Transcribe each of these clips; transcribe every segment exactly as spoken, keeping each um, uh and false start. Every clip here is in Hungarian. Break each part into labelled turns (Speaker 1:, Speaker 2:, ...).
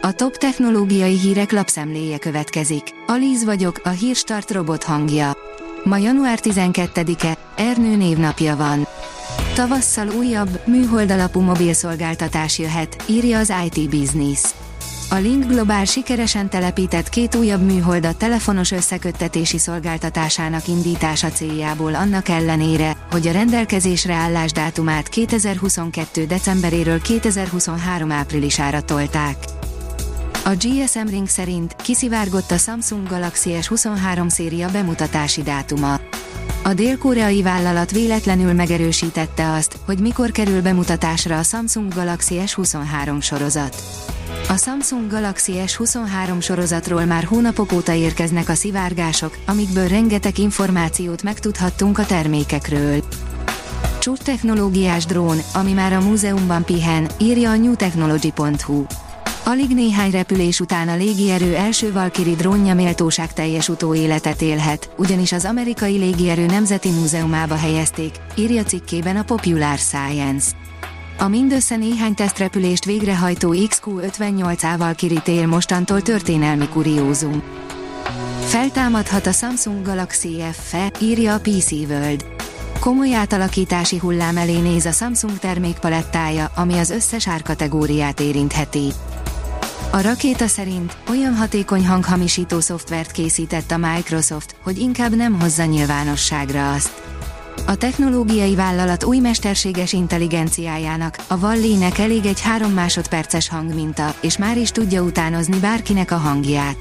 Speaker 1: A top technológiai hírek lapszemléje következik. Alíz vagyok, a Hírstart robot hangja. Ma január tizenkettedike, Ernő névnapja van. Tavasszal újabb, műholdalapú mobilszolgáltatás jöhet, írja az i té Business. A Link Global sikeresen telepített két újabb műholdat telefonos összeköttetési szolgáltatásának indítása céljából annak ellenére, hogy a rendelkezésre állás dátumát kétezer-huszonkettő decemberéről kétezer-huszonhárom áprilisára tolták. A gé es em Ring szerint kiszivárgott a Samsung Galaxy es huszonhárom széria bemutatási dátuma. A dél-koreai vállalat véletlenül megerősítette azt, hogy mikor kerül bemutatásra a Samsung Galaxy es huszonhárom sorozat. A Samsung Galaxy es huszonhárom sorozatról már hónapok óta érkeznek a szivárgások, amikből rengeteg információt megtudhattunk a termékekről. Csúcstechnológiás drón, ami már a múzeumban pihen, írja a new technology pont hu. Alig néhány repülés után a légierő első Valkyrie drónja méltóságteljes utóéletet élhet, ugyanis az amerikai légierő nemzeti múzeumába helyezték, írja cikkében a Popular Science. A mindössze néhány tesztrepülést végrehajtó iksz kú ötvennyolc á Valkyrie tél mostantól történelmi kuriózum. Feltámadhat a Samsung Galaxy F-e, írja a pé cé World. Komoly átalakítási hullám elé néz a Samsung termékpalettája, ami az összes árkategóriát érintheti. A rakéta szerint olyan hatékony hanghamisító szoftvert készített a Microsoft, hogy inkább nem hozza nyilvánosságra azt. A technológiai vállalat új mesterséges intelligenciájának, a Wall-E-nek elég egy három másodperces hangminta, és már is tudja utánozni bárkinek a hangját.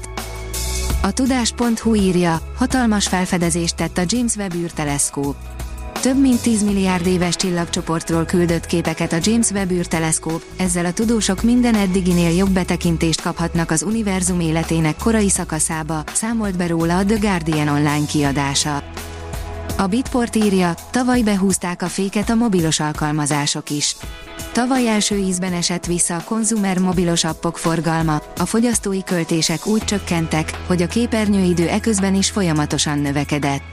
Speaker 1: A tudás pont hu írja, hatalmas felfedezést tett a James Webb űrteleszkóp. Több mint tíz milliárd éves csillagcsoportról küldött képeket a James Webb űrteleszkóp, ezzel a tudósok minden eddiginél jobb betekintést kaphatnak az univerzum életének korai szakaszába, számolt be róla a The Guardian online kiadása. A Bitport írja, tavaly behúzták a féket a mobilos alkalmazások is. Tavaly első ízben esett vissza a konzumer mobilos appok forgalma, a fogyasztói költések úgy csökkentek, hogy a képernyőidő eközben is folyamatosan növekedett.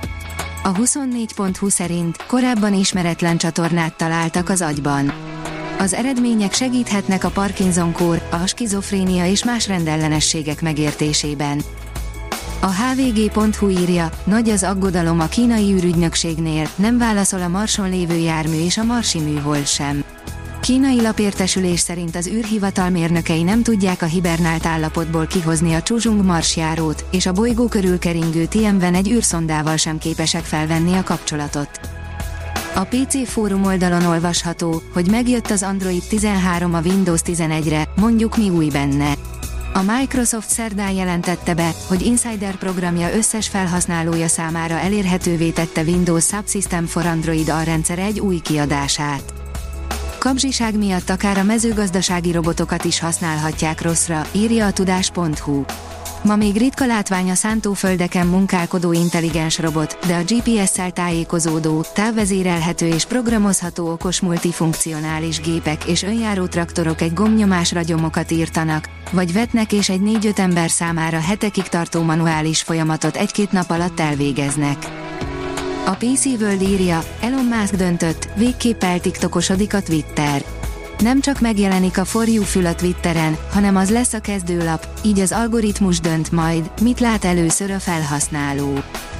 Speaker 1: A huszonnégy pont hu szerint korábban ismeretlen csatornát találtak az agyban. Az eredmények segíthetnek a Parkinson-kór, a skizofrénia és más rendellenességek megértésében. A há vé gé pont hu írja, nagy az aggodalom a kínai űrügynökségnél, nem válaszol a Marson lévő jármű és a marsi műhold sem. Kínai lapértesülés szerint az űrhivatal mérnökei nem tudják a hibernált állapotból kihozni a Chuzhung marsjárót, és a bolygó körül keringő Tianwen egy űrszondával sem képesek felvenni a kapcsolatot. A pé cé fórum oldalon olvasható, hogy megjött az Android tizenhárom a Windows tizenegyre, mondjuk mi új benne. A Microsoft szerdán jelentette be, hogy Insider programja összes felhasználója számára elérhetővé tette Windows Subsystem for Android alrendszere egy új kiadását. Kapzsiság miatt akár a mezőgazdasági robotokat is használhatják rosszra, írja a tudás pont hu. Ma még ritka látvány a szántóföldeken munkálkodó intelligens robot, de a gé pé es-szel tájékozódó, távvezérelhető és programozható okos multifunkcionális gépek és önjáró traktorok egy gombnyomásra gyomokat írtanak, vagy vetnek és egy négy-öt ember számára hetekig tartó manuális folyamatot egy-két nap alatt elvégeznek. A pé cé World írja, Elon Musk döntött, végképp eltiktokosodik a Twitter. Nem csak megjelenik a For You fül a Twitteren, hanem az lesz a kezdőlap, így az algoritmus dönt majd, mit lát először a felhasználó.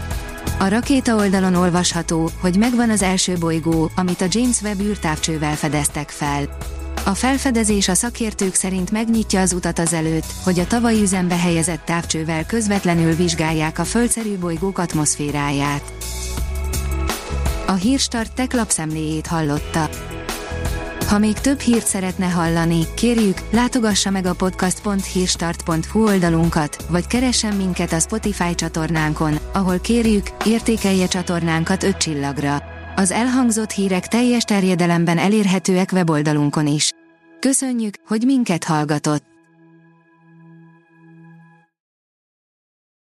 Speaker 1: A rakéta oldalon olvasható, hogy megvan az első bolygó, amit a James Webb űrtávcsővel fedeztek fel. A felfedezés a szakértők szerint megnyitja az utat azelőtt, hogy a tavaly üzembe helyezett távcsővel közvetlenül vizsgálják a földszerű bolygók atmoszféráját. A Hírstart tech lapszemléjét hallotta. Ha még több hírt szeretne hallani, kérjük, látogassa meg a podcast pont hírstart pont hu oldalunkat, vagy keressen minket a Spotify csatornánkon, ahol kérjük, értékelje csatornánkat öt csillagra. Az elhangzott hírek teljes terjedelemben elérhetőek weboldalunkon is. Köszönjük, hogy minket hallgatott!